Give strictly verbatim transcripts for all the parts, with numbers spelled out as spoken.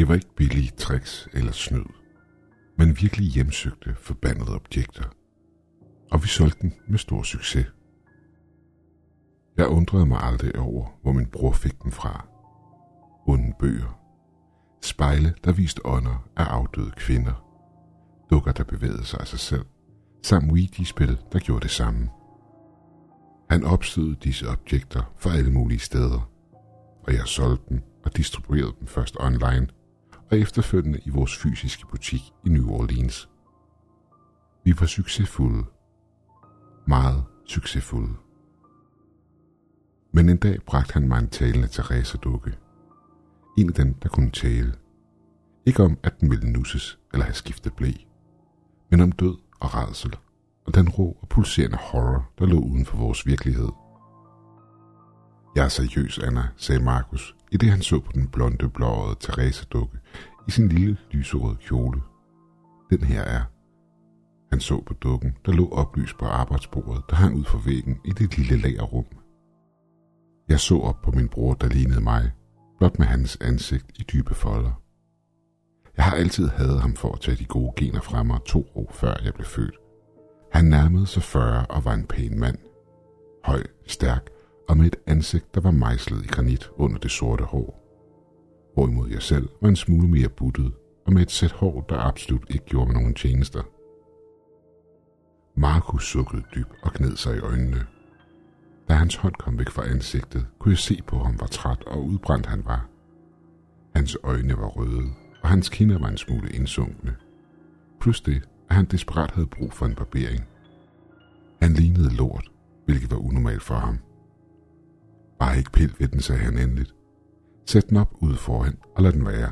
Det var ikke billige tricks eller snyd, men virkelig hjemsøgte, forbandede objekter. Og vi solgte dem med stor succes. Jeg undrede mig aldrig over, hvor min bror fik dem fra. Onde bøger. Spejle, der viste ånder af afdøde kvinder. Dukker, der bevægede sig af sig selv. Samt Ouija-spil, der gjorde det samme. Han opstødede disse objekter fra alle mulige steder, og jeg solgte dem og distribuerede dem først online, og efterfølgende i vores fysiske butik i New Orleans. Vi var succesfulde. Meget succesfulde. Men en dag bragte han mig en talende Therese-dukke. En af dem, der kunne tale. Ikke om, at den ville nusses eller have skiftet blæ, men om død og rædsel, og den rå og pulserende horror, der lå uden for vores virkelighed. Jeg er seriøs, Anna, sagde Markus, i det han så på den blonde, blåøjede Therese-dukke i sin lille lyserøde kjole. Den her er. Han så på dukken, der lå oplyst på arbejdsbordet, der hang ud for væggen i det lille lagerrum. Jeg så op på min bror, der lignede mig, blot med hans ansigt i dybe folder. Jeg har altid hadet ham for at tage de gode gener fra mig to år før jeg blev født. Han nærmede sig fyrre og var en pæn mand. Høj, stærk og med et ansigt, der var mejslet i granit under det sorte hår. Hvorimod jeg selv var en smule mere buttet og med et sæt hår, der absolut ikke gjorde mig nogen tjenester. Markus sukkede dybt og gned sig i øjnene. Da hans hånd kom væk fra ansigtet, kunne jeg se på ham, hvor træt og udbrændt han var. Hans øjne var røde, og hans kinder var en smule indsunkne. Plus det, at han desperat havde brug for en barbering. Han lignede lort, hvilket var unormalt for ham. Bare ikke pil ved den, sagde han endeligt. Sæt den op ude foran og lad den være.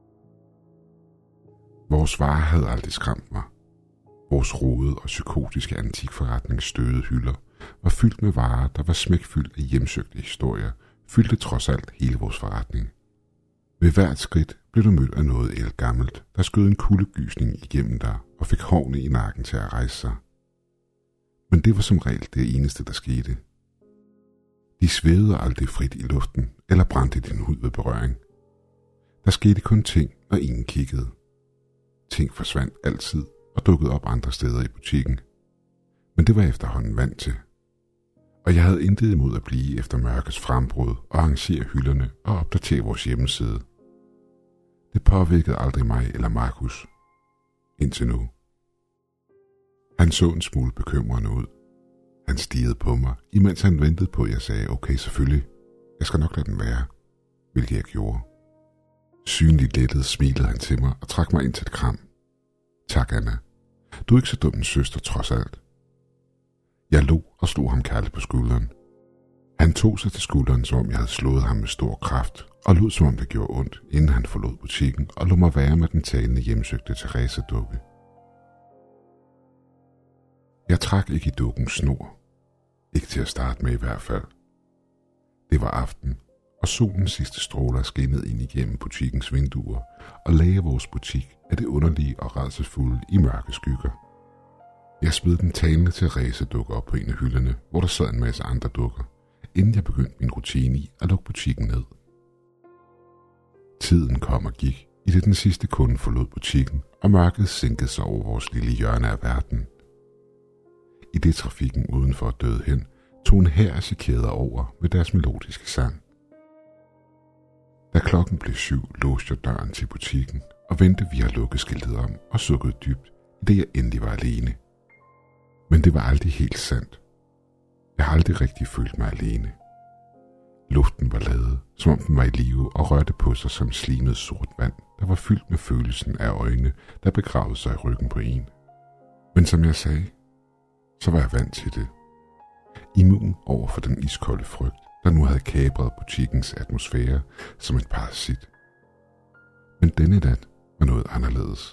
Vores varer havde aldrig skræmt mig. Vores rodede og psykotiske antikforretnings støvede hylder var fyldt med varer, der var smækfyldt af hjemsøgte historier, fyldte trods alt hele vores forretning. Ved hvert skridt blev du mødt af noget ældgammelt, der skød en kuldegysning igennem dig og fik hårene i nakken til at rejse sig. Men det var som regel det eneste, der skete. De svævede aldrig frit i luften eller brændte din hud ved berøring. Der skete kun ting, når ingen kiggede. Ting forsvandt altid og dukkede op andre steder i butikken. Men det var efterhånden vant til. Og jeg havde intet imod at blive efter mørkets frembrud og arrangere hylderne og opdatere vores hjemmeside. Det påvirkede aldrig mig eller Markus. Indtil nu. Han så en smule bekymrende ud. Han stirrede på mig, imens han ventede på, at jeg sagde, okay, selvfølgelig, jeg skal nok lade den være, hvilket jeg gjorde. Synligt lettet smilede han til mig og trak mig ind til et kram. Tak, Anna. Du er ikke så dum en søster, trods alt. Jeg lå og slog ham kærligt på skulderen. Han tog sig til skulderen, som om jeg havde slået ham med stor kraft, og lød som om det gjorde ondt, inden han forlod butikken og lod mig være med den talende hjemsøgte Therese-dukke. Jeg trak ikke i dukkens snor. Ikke til at starte med i hvert fald. Det var aften, og solens sidste stråler skinnede ind igennem butikkens vinduer og lagde vores butik af det underlige og rædselsfulde i mørke skygger. Jeg smed den talende Therese-dukke op på en af hylderne, hvor der sad en masse andre dukker, inden jeg begyndte min rutine i at lukke butikken ned. Tiden kom og gik, i det den sidste kunde forlod butikken, og mørket sænkede sig over vores lille hjørne af verden. I det trafikken udenfor døde hen, tog en hær af cikader over med deres melodiske sang. Da klokken blev syv, låste jeg døren til butikken og vendte via lukkeskiltet om og sukkede dybt, i det jeg endelig var alene. Men det var aldrig helt sandt. Jeg har aldrig rigtig følt mig alene. Luften var ladet, som om den var i live og rørte på sig som slimet sort vand, der var fyldt med følelsen af øjne, der begravede sig i ryggen på en. Men som jeg sagde, så var jeg vant til det. Immun over for den iskolde frygt, der nu havde kapret butikkens atmosfære som et parasit. Men denne nat var noget anderledes.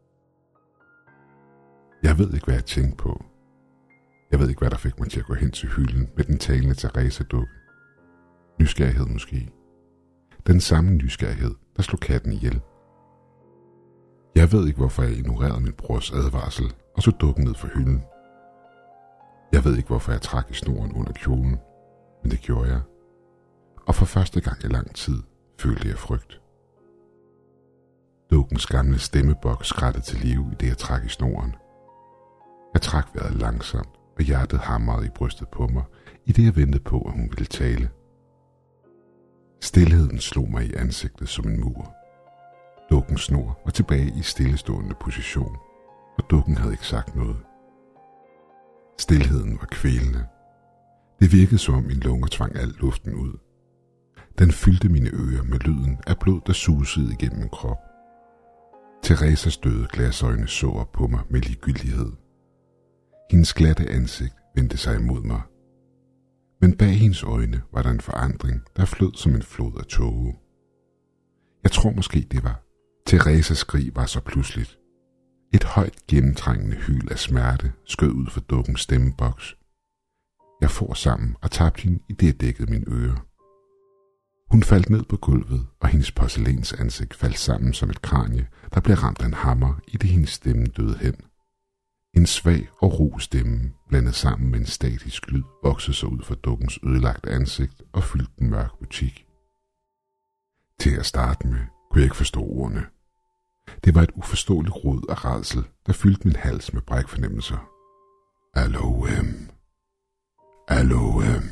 Jeg ved ikke, hvad jeg tænkte på. Jeg ved ikke, hvad der fik mig til at gå hen til hylden med den talende Therese-dukke. Nysgerrighed måske. Den samme nysgerrighed, der slog katten ihjel. Jeg ved ikke, hvorfor jeg ignorerede min brors advarsel og så dukken ned for hylden. Jeg ved ikke, hvorfor jeg trak i snoren under kjolen, men det gjorde jeg. Og for første gang i lang tid følte jeg frygt. Dukkens gamle stemmeboks skrattede til live, i det jeg trak i snoren. Jeg trak vejret langsomt, og hjertet hamrede i brystet på mig, i det jeg ventede på, at hun ville tale. Stilheden slog mig i ansigtet som en mur. Dukkens snor var tilbage i stillestående position, og dukken havde ikke sagt noget. Stilheden var kvælende. Det virkede som om mine lunger tvang al luften ud. Den fyldte mine ører med lyden af blod, der susede igennem min krop. Theresas døde glasøjne så op på mig med ligegyldighed. Hendes glatte ansigt vendte sig imod mig. Men bag hendes øjne var der en forandring, der flød som en flod af tåge. Jeg tror måske det var. Theresas skrig var så pludseligt. Et højt gennemtrængende hyl af smerte skød ud fra dukkens stemmeboks. Jeg for sammen og tabte hende, i det jeg dækkede mine ører. Hun faldt ned på gulvet, og hendes porcelæns ansigt faldt sammen som et kranie, der blev ramt af en hammer, i det hendes stemme døde hen. En svag og ro stemme, blandet sammen med en statisk lyd, voksede sig ud fra dukkens ødelagte ansigt og fyldte den mørke butik. Til at starte med kunne jeg ikke forstå ordene. Det var et uforståeligt rod af rædsel, der fyldte min hals med brækfornemmelser. Alohem. Alohem.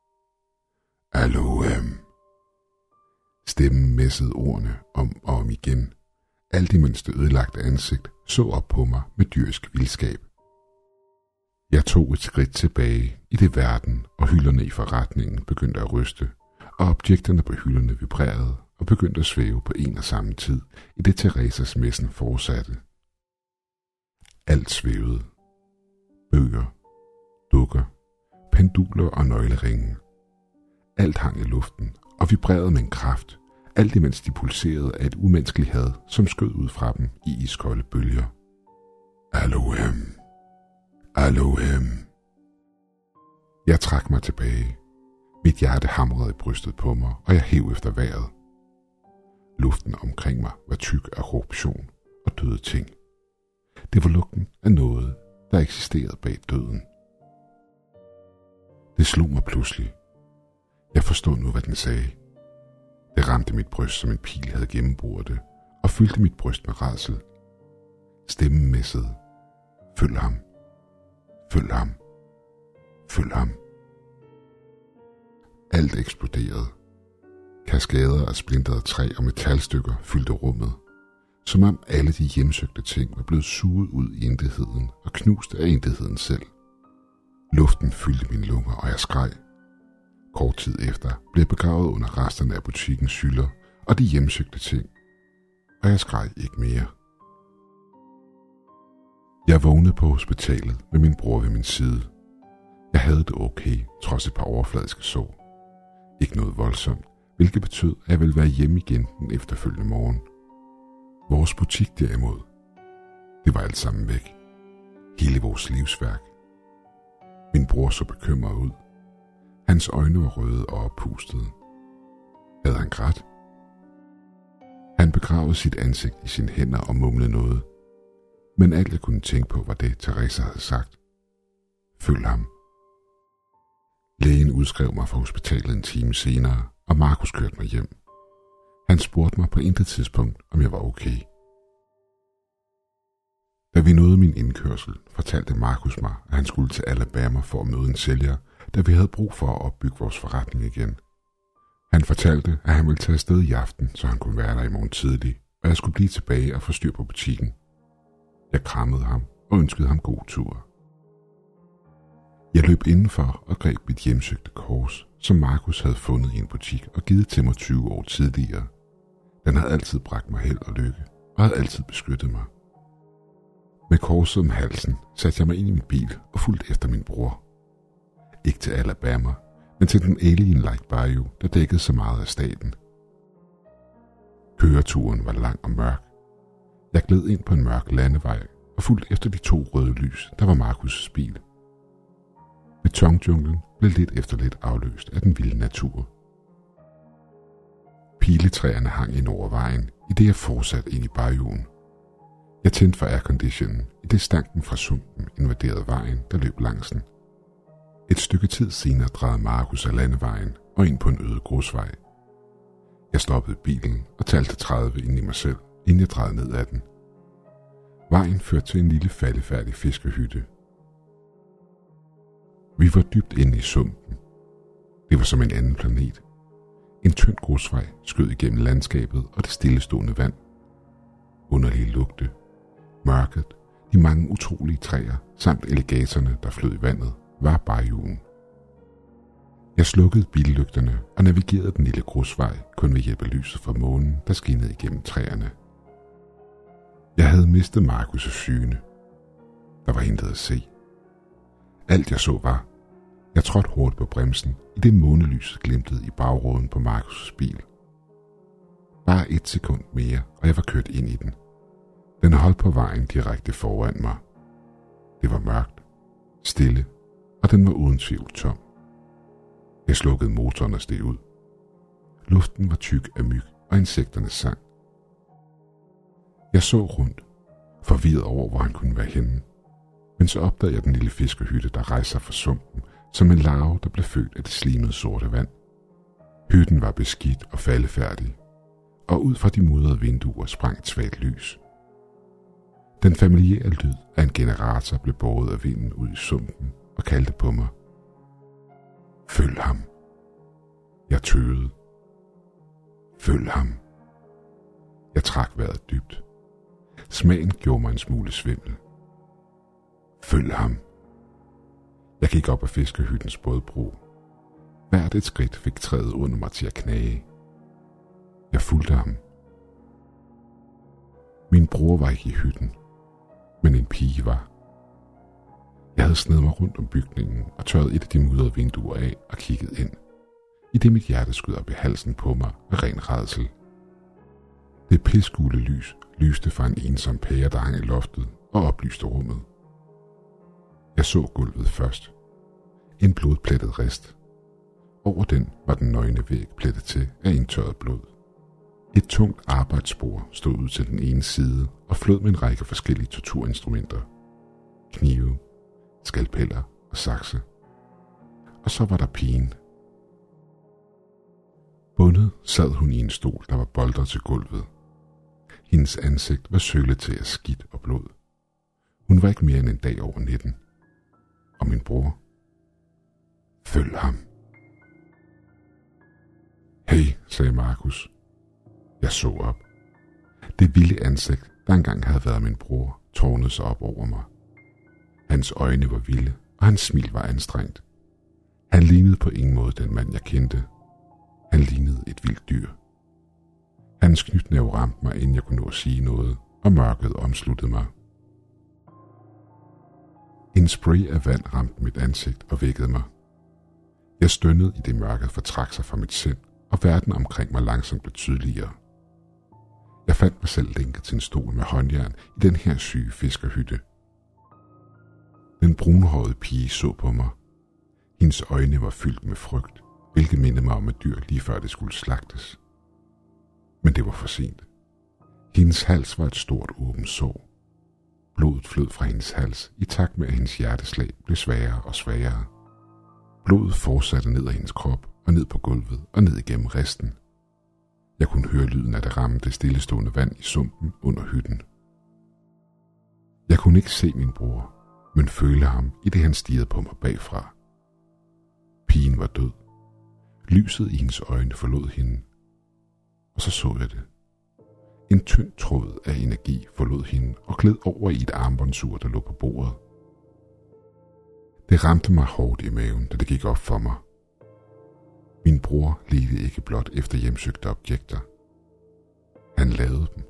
Alohem. Stemmen messede ordene om og om igen. Alt imens det ødelagte ansigt så op på mig med dyrisk vildskab. Jeg tog et skridt tilbage, i det verden og hylderne i forretningen begyndte at ryste, og objekterne på hylderne vibrerede og begyndte at svæve på en og samme tid, i det Theresas messen fortsatte. Alt svævede. Bøger, dukker, penduler og nøgleringe. Alt hang i luften og vibrerede med en kraft, alt imens de pulserede af et umenneskeligt had, som skød ud fra dem i iskolde bølger. Alohem. Alohem. Jeg trak mig tilbage. Mit hjerte hamrede i brystet på mig, og jeg hev efter vejret. Luften omkring mig var tyk af korruption og døde ting. Det var lugten af noget, der eksisterede bag døden. Det slog mig pludselig. Jeg forstod nu, hvad den sagde. Det ramte mit bryst, som en pil havde gennemboret det, og fyldte mit bryst med rædsel. Stemmen messede. Følg ham. Følg ham. Følg ham. Alt eksploderede. Kaskader af splintret træ og metalstykker fyldte rummet, som om alle de hjemsøgte ting var blevet suget ud i intetheden og knust af intetheden selv. Luften fyldte mine lunger, og jeg skreg. Kort tid efter blev jeg begravet under resterne af butikkens hylder og de hjemsøgte ting, og jeg skreg ikke mere. Jeg vågnede på hospitalet med min bror ved min side. Jeg havde det okay, trods et par overfladiske sår. Ikke noget voldsomt, hvilket betød, at jeg ville være hjemme igen den efterfølgende morgen. Vores butik derimod, det var alt sammen væk. Hele vores livsværk. Min bror så bekymret ud. Hans øjne var røde og oppustede. Havde han grædt? Han begravede sit ansigt i sine hænder og mumlede noget. Men alt jeg kunne tænke på var det, Theresa havde sagt. Følg ham. Lægen udskrev mig fra hospitalet en time senere, og Markus kørte mig hjem. Han spurgte mig på intet tidspunkt, om jeg var okay. Da vi nåede min indkørsel, fortalte Markus mig, at han skulle til Alabama for at møde en sælger, da vi havde brug for at opbygge vores forretning igen. Han fortalte, at han ville tage afsted i aften, så han kunne være der i morgen tidlig, og jeg skulle blive tilbage og få styr på butikken. Jeg krammede ham og ønskede ham god tur. Jeg løb indenfor og greb mit hjemsøgte kors, som Markus havde fundet i en butik og givet til mig tyve år tidligere. Den havde altid bragt mig held og lykke, og havde altid beskyttet mig. Med korset om halsen satte jeg mig ind i min bil og fulgte efter min bror. Ikke til Alabama, men til den alien-like bayou, der dækkede så meget af staten. Køreturen var lang og mørk. Jeg gled ind på en mørk landevej og fulgte efter de to røde lys, der var Markus' bil. Betonjunglen blev lidt efter lidt afløst af den vilde natur. Piletræerne hang ind over vejen, i det jeg fortsatte ind i bayouen. Jeg tændte for airconditionen, i det stanken fra sumpen invaderede vejen, der løb langs den. Et stykke tid senere drejede Markus af landevejen og ind på en øde grusvej. Jeg stoppede bilen og talte tredive ind i mig selv, inden jeg drejede ned ad den. Vejen førte til en lille faldefærdig fiskerhytte. Vi var dybt inde i sumpen. Det var som en anden planet. En tynd grusvej skød igennem landskabet og det stillestående vand. Underlige lugte, mørket, de mange utrolige træer samt alligatorerne, der flød i vandet, var bayouen. Jeg slukkede billygterne og navigerede den lille grusvej kun ved hjælp af lyset fra månen, der skinnede igennem træerne. Jeg havde mistet Markus' syne. Der var intet at se. Alt jeg så var, jeg trådte hårdt på bremsen, i det månelyset glimtede i bagruden på Markus' bil. Bare et sekund mere, og jeg var kørt ind i den. Den holdt på vejen direkte foran mig. Det var mørkt, stille, og den var uden tvivl tom. Jeg slukkede motoren og steg ud. Luften var tyk af myg, og insekterne sang. Jeg så rundt, forvirret over, hvor han kunne være henne. Men så opdagede jeg den lille fiskerhytte, der rejste sig fra sumpen, som en larve, der blev født af det slimede sorte vand. Hytten var beskidt og faldefærdig, og ud fra de mudrede vinduer sprang et svagt lys. Den familiære lyd af en generator blev båret af vinden ud i sumpen og kaldte på mig. Følg ham. Jeg tøvede. Følg ham. Jeg trak vejret dybt. Smagen gjorde mig en smule svimmel. Følg ham. Jeg gik op ad fiskehyttens bådbro. Hvert et skridt fik træet under mig til at knage. Jeg fulgte ham. Min bror var ikke i hytten, men en pige var. Jeg havde snedet mig rundt om bygningen og tørret et af de mudrede vinduer af og kigget ind, i det mit hjerte skød op i halsen på mig af ren rædsel. Det pisgule lys lyste fra en ensom pære, der hang i loftet og oplyste rummet. Jeg så gulvet først. En blodplettet rist. Over den var den nøgne væg plettet til af indtørret blod. Et tungt arbejdsspor stod ud til den ene side og flød med en række forskellige torturinstrumenter. Knive, skalpeller og sakse. Og så var der pigen. Bundet sad hun i en stol, der var boltret til gulvet. Hendes ansigt var sølet til af skidt og blod. Hun var ikke mere end en dag over nitten. Og min bror. Følg ham. Hey, sagde Markus. Jeg så op. Det vilde ansigt, der engang havde været min bror, tårnede sig op over mig. Hans øjne var vilde, og hans smil var anstrengt. Han lignede på ingen måde den mand, jeg kendte. Han lignede et vildt dyr. Hans knytnæve ramte mig, inden jeg kunne nå at sige noget, og mørket omsluttede mig. En spray af vand ramte mit ansigt og vækkede mig. Jeg stønnede i det mørket fortrak sig fra mit sind, og verden omkring mig langsomt blev tydeligere. Jeg fandt mig selv lænket til en stol med håndjern i den her syge fiskerhytte. Den brunhårede pige så på mig. Hendes øjne var fyldt med frygt, hvilket mindede mig om et dyr lige før det skulle slagtes. Men det var for sent. Hendes hals var et stort åbent sår. Blodet flød fra hendes hals i takt med, at hendes hjerteslag blev svagere og svagere. Blodet fortsatte ned ad hendes krop og ned på gulvet og ned igennem resten. Jeg kunne høre lyden af det ramme det stillestående vand i sumpen under hytten. Jeg kunne ikke se min bror, men føle ham, i det han stirrede på mig bagfra. Pigen var død. Lyset i hendes øjne forlod hende. Og så så jeg det. En tynd tråd af energi forlod hende og gled over i et armbåndsur, der lå på bordet. Det ramte mig hårdt i maven, da det gik op for mig. Min bror ledte ikke blot efter hjemsøgte objekter. Han lavede dem.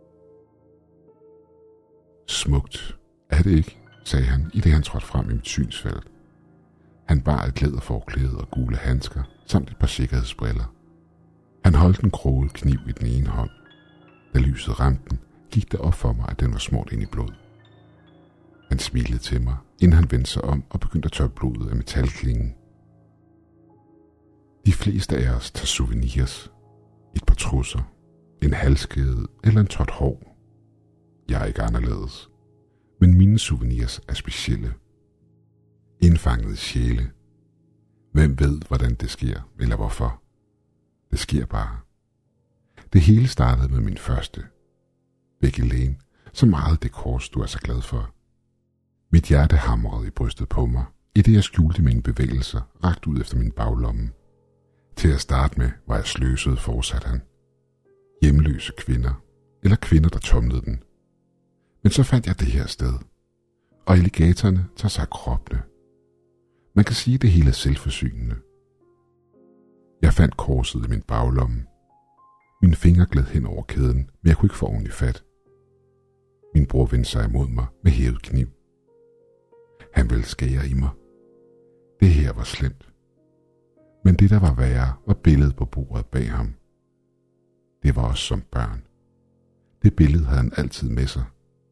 Smukt, er det ikke, sagde han, i det han trådte frem i mit synsfelt. Han bar et læderforklæde og gule handsker, samt et par sikkerhedsbriller. Han holdt en kroget kniv i den ene hånd. Da lyset ramte den, gik det op for mig, at den var smurt ind i blod. Han smilede til mig, inden han vendte sig om og begyndte at tørre blodet af metalklingen. De fleste af os tager souvenirs. Et par trusser, en halskæde eller en tot hår. Jeg er ikke anderledes. Men mine souvenirs er specielle. Indfangede sjæle. Hvem ved, hvordan det sker, eller hvorfor? Det sker bare. Det hele startede med min første. Becky Lane, så meget det kors, du er så glad for. Mit hjerte hamrede i brystet på mig, i det jeg skjulte mine bevægelser rakt ud efter min baglomme. Til at starte med var jeg sløset, fortsatte han. Hjemløse kvinder, eller kvinder, der tumlede den. Men så fandt jeg det her sted, og alligatorerne tager sig af kroppene. Man kan sige, det hele er selvforsynende. Jeg fandt korset i min baglomme. Mine fingre gled hen over kæden, men jeg kunne ikke få ordentligt fat. Min bror vendte sig imod mig med hævet kniv. Han ville skære i mig. Det her var slemt. Men det, der var værre, var billedet på bordet bag ham. Det var os som børn. Det billede havde han altid med sig.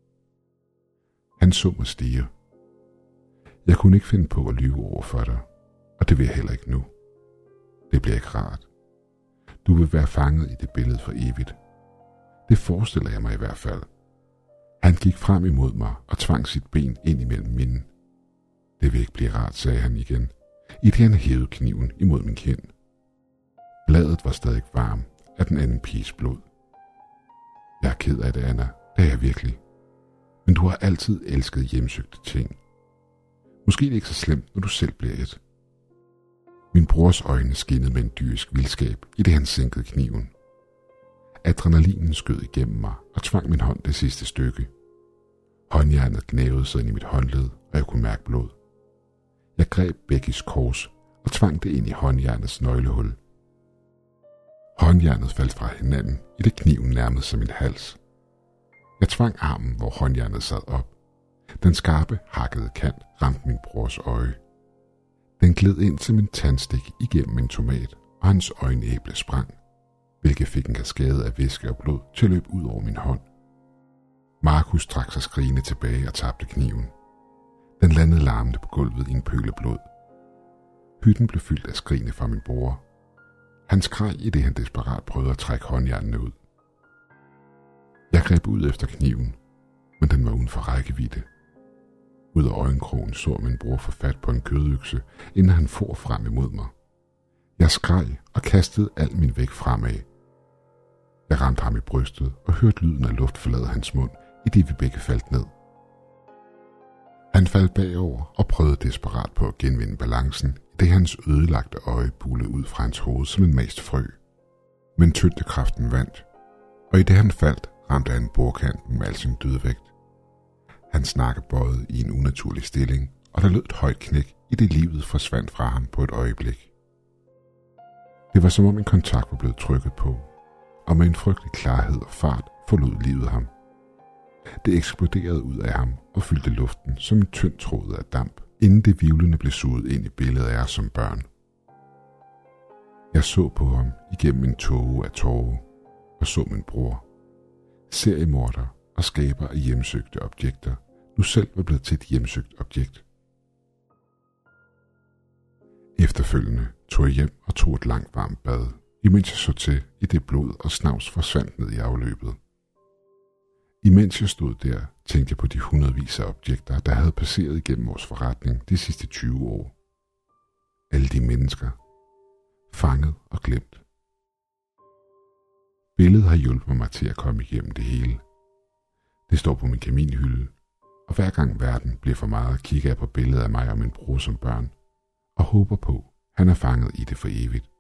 Han så mig stige. Jeg kunne ikke finde på at lyve over for dig, og det vil jeg heller ikke nu. Det bliver ikke rart. Du vil være fanget i det billede for evigt. Det forestiller jeg mig i hvert fald. Han gik frem imod mig og tvang sit ben ind imellem mine. Det vil ikke blive rart, sagde han igen, i det han hævede kniven imod min kind. Bladet var stadig varm af den anden piges blod. Jeg er ked af det, Anna. Det er jeg virkelig. Men du har altid elsket hjemsøgte ting. Måske er det ikke så slemt, når du selv bliver et. Min brors øjne skinnede med en dyrisk vildskab, i det han sænkede kniven. Adrenalinen skød igennem mig og tvang min hånd det sidste stykke. Håndjernet gnavede sig ind i mit håndled, og jeg kunne mærke blod. Jeg greb Beckys kors og tvang det ind i håndjernets nøglehul. Håndjernet faldt fra hinanden, i det kniven nærmede sig min hals. Jeg tvang armen, hvor håndjernet sad op. Den skarpe, hakkede kant ramte min brors øje. Den gled ind til min tandstik igennem en tomat, og hans øjenæble sprang, hvilket fik en kaskade af væske og blod til at løbe ud over min hånd. Markus trak sig skrigende tilbage og tabte kniven. Den landede larmende på gulvet i en pøl af blod. Hytten blev fyldt af skrigende fra min bror. Han skreg, i det han desperat prøvede at trække håndjernene ud. Jeg greb ud efter kniven, men den var uden for rækkevidde. Ud af øjenkrogen så min bror få fat på en kødøkse, inden han for frem imod mig. Jeg skreg og kastede al min vægt fremad. Jeg ramte ham i brystet og hørte lyden af luft forlade hans mund, i det vi begge faldt ned. Han faldt bagover og prøvede desperat på at genvinde balancen, i det hans ødelagte øje bulede ud fra hans hoved som en mast frø. Men tyngdekraften vandt, og i det han faldt, ramte han bordkanten med al sin dødvægt. Hans nakke bøjede i en unaturlig stilling, og der lød et højt knæk, i det livet forsvandt fra ham på et øjeblik. Det var som om en kontakt var blevet trykket på, og med en frygtelig klarhed og fart forlod livet ham. Det eksploderede ud af ham og fyldte luften som en tynd tråd af damp, inden det hvirvlende blev suget ind i billedet af os som børn. Jeg så på ham igennem en tåge af tårer og så min bror, seriemorder og skaber af hjemsøgte objekter, nu selv var blevet til et hjemsøgt objekt. Efterfølgende tog jeg hjem og tog et langt varmt bad, imens jeg så til, i det blod og snavs forsvandt ned i afløbet. Imens jeg stod der, tænkte jeg på de hundredvis af objekter, der havde passeret igennem vores forretning de sidste tyve år. Alle de mennesker, fanget og glemt. Billedet har hjulpet mig til at komme igennem det hele. Det står på min kaminhylde, og hver gang verden bliver for meget, kigger jeg på billedet af mig og min bror som børn, og håber på, han er fanget i det for evigt.